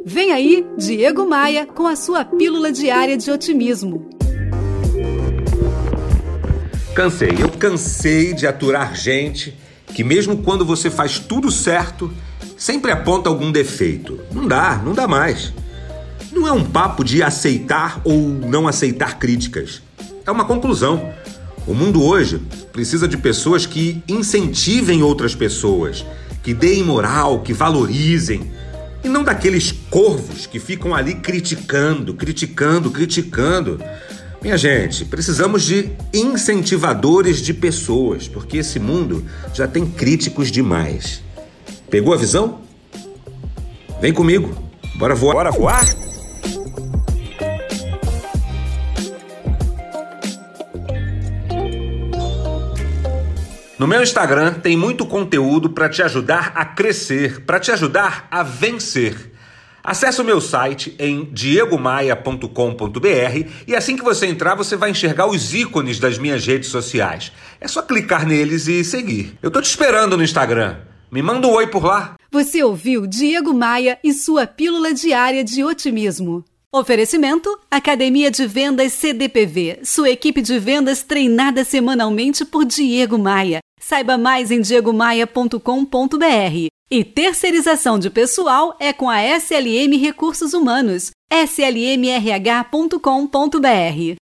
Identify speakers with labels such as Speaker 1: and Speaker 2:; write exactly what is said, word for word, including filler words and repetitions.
Speaker 1: Vem aí, Diego Maia, com a sua pílula diária de otimismo.
Speaker 2: Cansei, eu cansei de aturar gente que mesmo quando você faz tudo certo, sempre aponta algum defeito. Não dá, não dá mais. Não é um papo de aceitar ou não aceitar críticas. É uma conclusão. O mundo hoje precisa de pessoas que incentivem outras pessoas, que deem moral, que valorizem. E não daqueles corvos que ficam ali criticando, criticando, criticando. Minha gente, precisamos de incentivadores de pessoas, porque esse mundo já tem críticos demais. Pegou a visão? Vem comigo. Bora voar? Bora voar? No meu Instagram tem muito conteúdo para te ajudar a crescer, para te ajudar a vencer. Acesse o meu site em diego maia ponto com ponto b r e assim que você entrar você vai enxergar os ícones das minhas redes sociais. É só clicar neles e seguir. Eu tô te esperando no Instagram. Me manda um oi por lá.
Speaker 1: Você ouviu Diego Maia e sua pílula diária de otimismo. Oferecimento: Academia de Vendas C D P V, sua equipe de vendas treinada semanalmente por Diego Maia. Saiba mais em diego maia ponto com ponto b r. E terceirização de pessoal é com a S L M Recursos Humanos, s l m r h ponto com ponto b r.